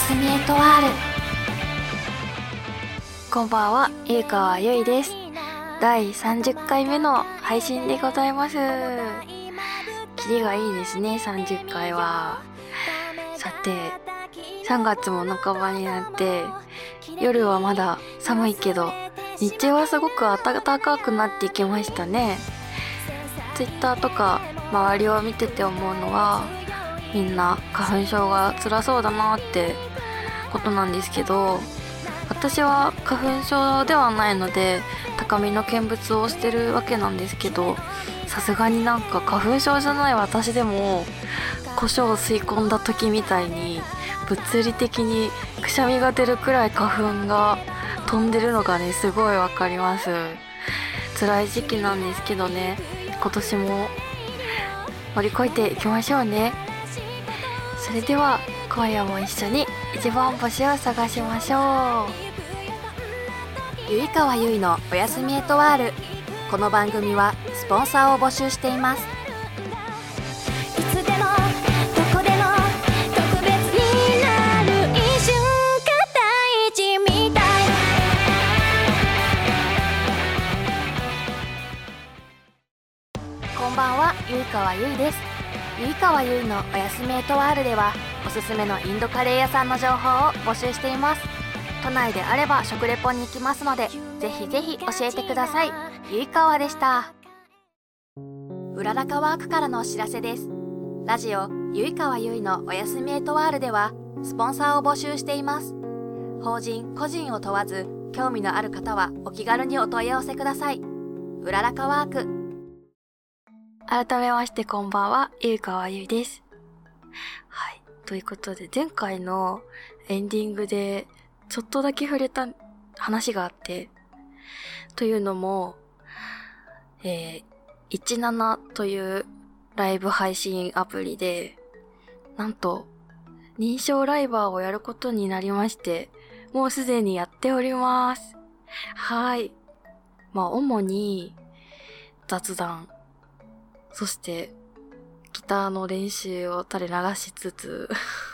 すみエトワール。こんばんは、ゆいかわゆいです。第30回目の配信でございます。キリがいいですね、30回は。さて、3月も半ばになって、夜はまだ寒いけど日中はすごく暖かくなっていきましたね。ツイッターとか周りを見てて思うのは、みんな花粉症が辛そうだなってことなんですけど、私は花粉症ではないので高みの見物をしてるわけなんですけど、さすがになんか花粉症じゃない私でも胡椒を吸い込んだ時みたいに物理的にくしゃみが出るくらい花粉が飛んでるのがね、すごいわかります。辛い時期なんですけどね、今年も乗り越えていきましょうね。それでは今夜も一緒に一番星を探しましょう。 ゆいかわゆいのおやすみエトワール。この番組はスポンサーを募集しています。 いつでもどこでも特別になる一瞬が大事みたい。 こんばんは、ゆいかわゆいです。ゆいかわゆいのおやすみエトワールでは、おすすめのインドカレー屋さんの情報を募集しています。都内であれば食レポに行きますので、ぜひぜひ教えてください。ゆいかわでした。うららかワークからのお知らせです。ラジオゆいかわゆいのおやすみエトワールではスポンサーを募集しています。法人個人を問わず、興味のある方はお気軽にお問い合わせください。うららかワーク。 改めましてこんばんは、ゆいかわゆいです。はい、ということで前回のエンディングでちょっとだけ触れた話があって、というのも、17というライブ配信アプリで、なんと認証ライバーをやることになりまして、もうすでにやっております。はい。主に雑談、そしてギターの練習を垂れ流しつつ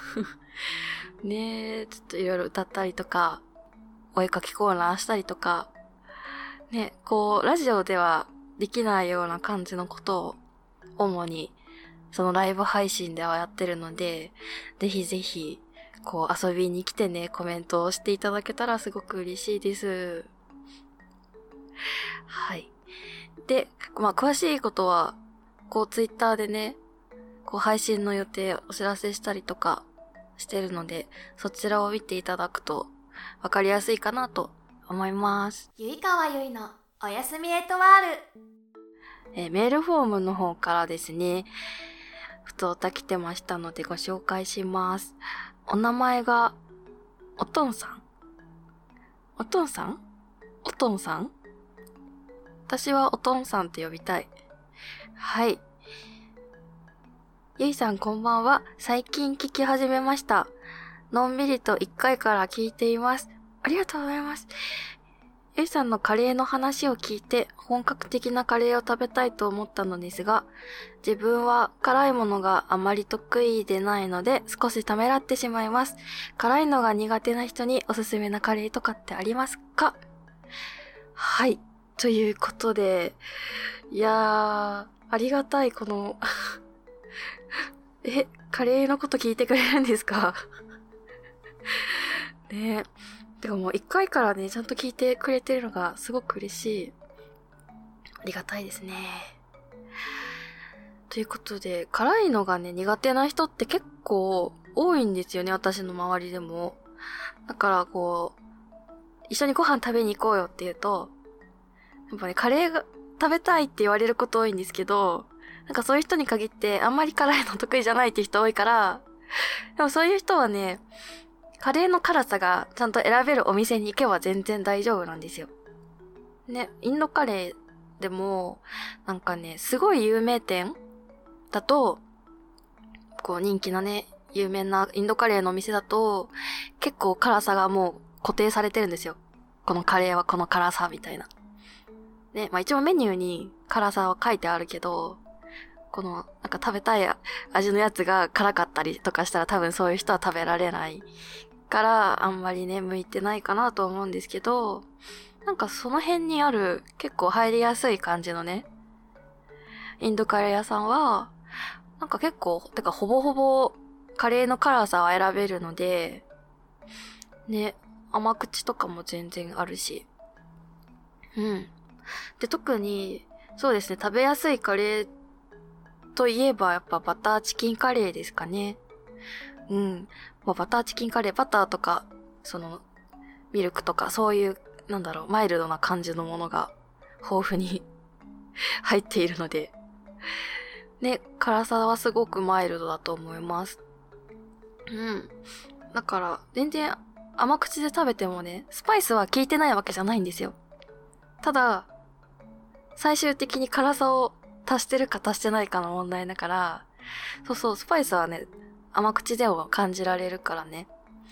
ねえ、ちょっといろいろ歌ったりとか、お絵かきコーナーしたりとかね、こうラジオではできないような感じのことを主にそのライブ配信ではやってるので、ぜひぜひこう遊びに来てね、コメントをしていただけたらすごく嬉しいです。はい。で、詳しいことはこうツイッターでね、こう配信の予定をお知らせしたりとかしてるので、そちらを見ていただくとわかりやすいかなと思います。 ゆいかわゆいのおやすみエトワール。 メールフォームの方からですね、ふつおた来てましたのでご紹介します。お名前がおとんさん。おとんさん？おとんさん？私はおとんさんって呼びたい。はい。ゆいさんこんばんは。最近聞き始めました。のんびりと1回から聞いています。ありがとうございます。ゆいさんのカレーの話を聞いて本格的なカレーを食べたいと思ったのですが、自分は辛いものがあまり得意でないので少しためらってしまいます。辛いのが苦手な人におすすめなカレーとかってありますか？はい。ということで、いやー、ありがたいこのカレーのこと聞いてくれるんですか？ねえ。てかもう1回からね、ちゃんと聞いてくれてるのがすごく嬉しい。ありがたいですね。ということで、辛いのがね、苦手な人って結構多いんですよね、私の周りでも。だからこう、一緒にご飯食べに行こうよって言うと、やっぱね、カレーが食べたいって言われること多いんですけど、なんかそういう人に限ってあんまり辛いの得意じゃないっていう人多いから、でもそういう人はね、カレーの辛さがちゃんと選べるお店に行けば全然大丈夫なんですよ。ね、インドカレーでも、なんかね、すごい有名店だと、こう人気なね、有名なインドカレーのお店だと、結構辛さがもう固定されてるんですよ。このカレーはこの辛さみたいな。ね、一応メニューに辛さは書いてあるけど、この、なんか食べたい味のやつが辛かったりとかしたら多分そういう人は食べられないからあんまりね向いてないかなと思うんですけど、なんかその辺にある結構入りやすい感じのねインドカレー屋さんはなんか結構てかほぼほぼカレーの辛さは選べるのでね、甘口とかも全然あるし、で特にそうですね、食べやすいカレーといえばやっぱバターチキンカレーですかね。バターチキンカレー、バターとかそのミルクとかそういうマイルドな感じのものが豊富に入っているのでね、辛さはすごくマイルドだと思います。だから全然甘口で食べてもね、スパイスは効いてないわけじゃないんですよ。ただ最終的に辛さを足してるか足してないかの問題だから、そうスパイスはね甘口でも感じられるからね。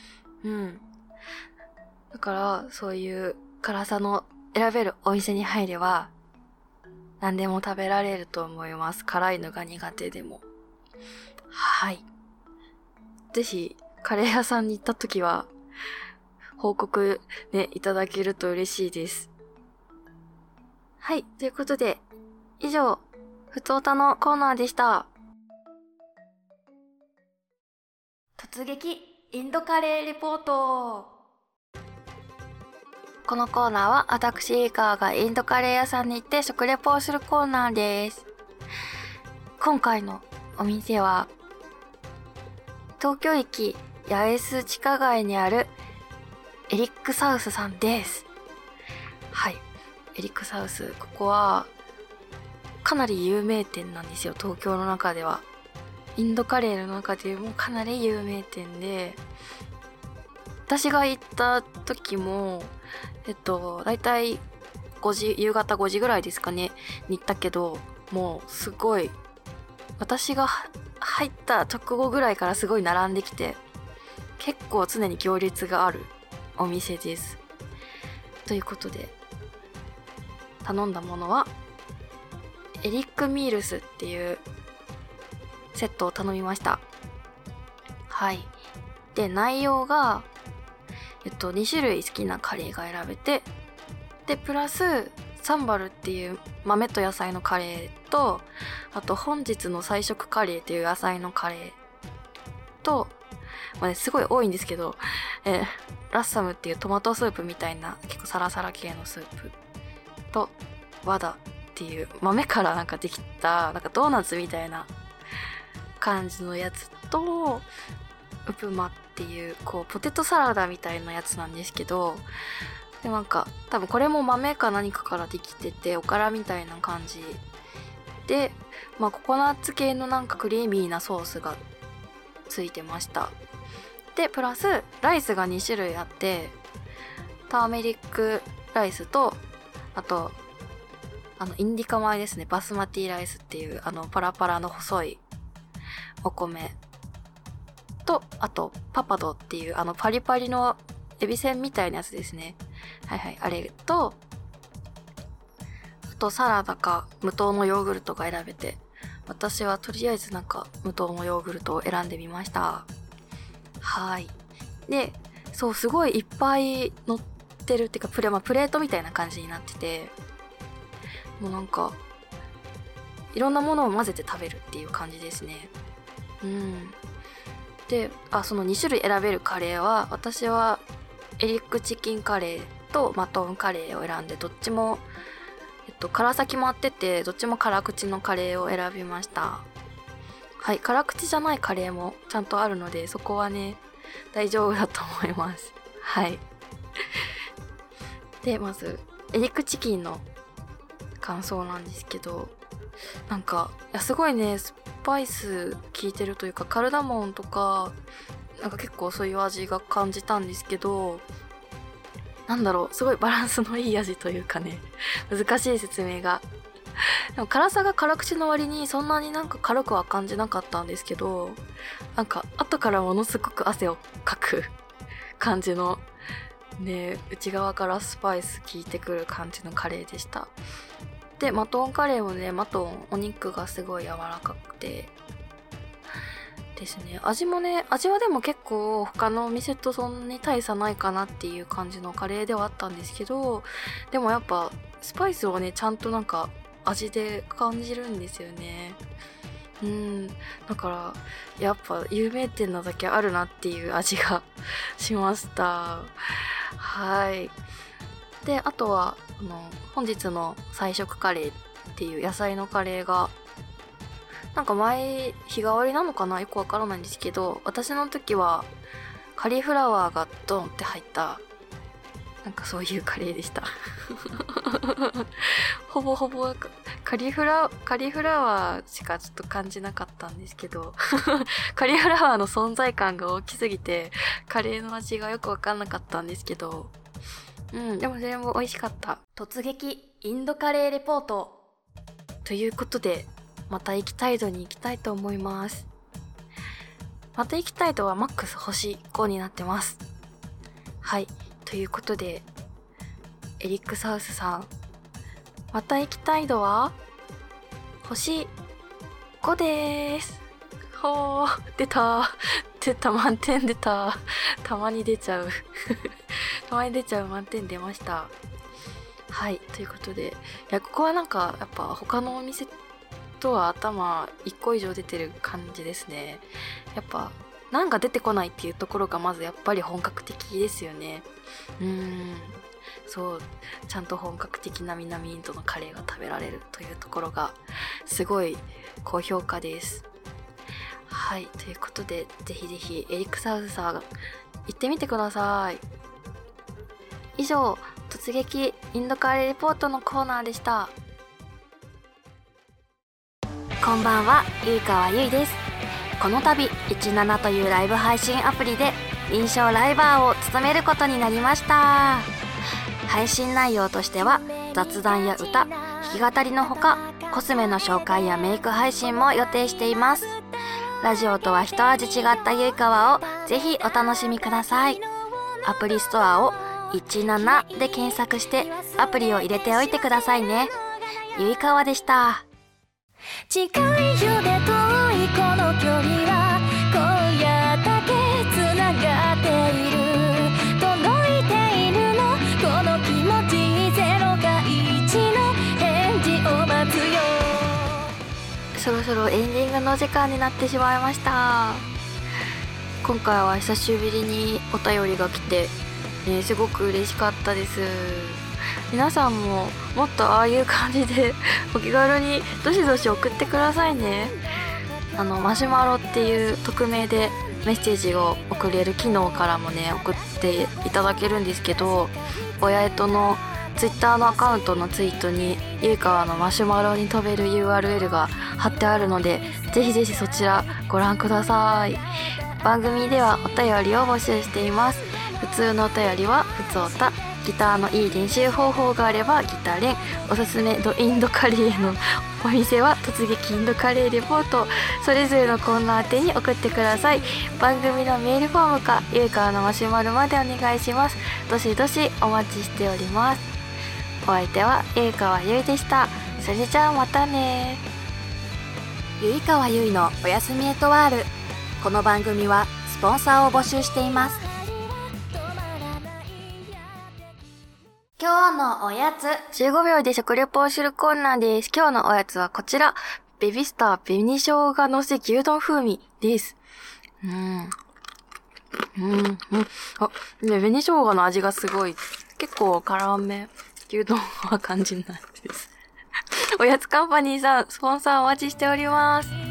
だからそういう辛さの選べるお店に入れば何でも食べられると思います。辛いのが苦手でも。はい。ぜひカレー屋さんに行った時は報告ねいただけると嬉しいです。はい、ということで以上ふつおたのコーナーでした。突撃インドカレーレポート。このコーナーは私井川がインドカレー屋さんに行って食レポをするコーナーです。今回のお店は東京駅八重洲地下街にあるエリックサウスさんです。はい、エリックサウス、ここはかなり有名店なんですよ。東京の中ではインドカレーの中でもかなり有名店で、私が行った時もだいたい夕方5時ぐらいですかねに行ったけど、もうすごい私が入った直後ぐらいからすごい並んできて、結構常に行列があるお店です。ということで頼んだものはエリックミールスっていうセットを頼みました。はい。で内容が2種類好きなカレーが選べて、でプラスサンバルっていう豆と野菜のカレーと、あと本日の菜食カレーっていう野菜のカレーと、すごい多いんですけど、ラッサムっていうトマトスープみたいな結構サラサラ系のスープと、ワダっていう豆からなんかできたなんかドーナツみたいな感じのやつと、ウプマっていうこうポテトサラダみたいなやつなんですけど、でなんか多分これも豆か何かからできてて、おからみたいな感じで、ココナッツ系のなんかクリーミーなソースがついてました。でプラスライスが2種類あって、ターメリックライスと、あとインディカ米ですね、バスマティライスっていうパラパラの細いお米と、あとパパドっていうパリパリのエビせんみたいなやつですね。あれと、あとサラダか無糖のヨーグルトが選べて、私はとりあえずなんか無糖のヨーグルトを選んでみました。はい。で、そうすごいいっぱい乗ってるっていうかプレートみたいな感じになってて、もうなんかいろんなものを混ぜて食べるっていう感じですね。で、その2種類選べるカレーは、私はエリックチキンカレーとマトンカレーを選んで、どっちも辛さ決まってて、どっちも辛口のカレーを選びました。はい、辛口じゃないカレーもちゃんとあるので、そこはね大丈夫だと思います。はい。でまずエリックチキンの感想なんですけど、なんかすごいねスパイス効いてるというか、カルダモンとかなんか結構そういう味が感じたんですけど、すごいバランスのいい味というかね、難しい説明が。でも辛さが辛口の割にそんなになんか辛くは感じなかったんですけど、なんか後からものすごく汗をかく感じのね、内側からスパイス効いてくる感じのカレーでした。でマトンカレーもね、マトンお肉がすごい柔らかくて、 ですね。味もね、味はでも結構他のお店とそんなに大差ないかなっていう感じのカレーではあったんですけど、でもやっぱスパイスをね、ちゃんとなんか味で感じるんですよね。だからやっぱ有名店なだけあるなっていう味がしました。はい。で、あとは本日の菜食カレーっていう野菜のカレーがなんか前日替わりなのかなよくわからないんですけど、私の時はカリフラワーがドンって入ったなんかそういうカレーでしたほぼほぼカリフラワーしかちょっと感じなかったんですけどカリフラワーの存在感が大きすぎてカレーの味がよくわかんなかったんですけど、でも全部美味しかった。 突撃インドカレーレポートということで、また行きたい度に行きたいと思います。また行きたい度はマックス星5になってます。はい、ということでエリックサウスさん、また行きたい度は星5でーす。ほー、出た満点出た。たまに出ちゃうたまに出ちゃう満点出ました。はい、ということで、いや、ここはなんかやっぱ他のお店とは頭1個以上出てる感じですね。やっぱなんか出てこないっていうところがまずやっぱり本格的ですよね。そう、ちゃんと本格的な南インドのカレーが食べられるというところがすごい高評価です。はい、ということでぜひぜひエリックサウスさん行ってみてください。以上、突撃インドカレーレポートのコーナーでした。 こんばんは、ゆいかわゆいです。この度17というライブ配信アプリで臨床ライバーを務めることになりました。配信内容としては雑談や歌、弾き語りのほかコスメの紹介やメイク配信も予定しています。ラジオとは一味違ったゆいかわをぜひお楽しみください。アプリストアを17で検索してアプリを入れておいてくださいね。ゆいかわでした。 近いよで遠いこの距離は今夜だけつながっている、届いているのこの気持ち、0か1の返事を待つよ。 そろそろエンディングの時間になってしまいました。今回は久しぶりにお便りが来て、すごく嬉しかったです。皆さんももっとああいう感じでお気軽にどしどし送ってくださいね。マシュマロっていう匿名でメッセージを送れる機能からもね送っていただけるんですけど、親えとのツイッターのアカウントのツイートにゆいかわのマシュマロに飛べる URL が貼ってあるので、ぜひぜひそちらご覧ください。番組ではお便りを募集しています。普通のお便りはふつおた、ギターのいい練習方法があればギタレン、おすすめドインドカレーのお店は突撃インドカレーレポート、それぞれのコーナー宛てに送ってください。番組のメールフォームかゆいかわのマシュマロまでお願いします。どしどしお待ちしております。お相手はゆいかわゆいでした。それじゃあまたね。 ゆいかわゆいのおやすみエトワール。この番組はスポンサーを募集しています。今日のおやつ、 15秒で食レポをするコーナーです。今日のおやつはこちら、ベビスター紅生姜のせ牛丼風味です。あ、ね、紅生姜の味がすごい、結構辛め。牛丼は感じないです。おやつカンパニーさん、スポンサーお待ちしております。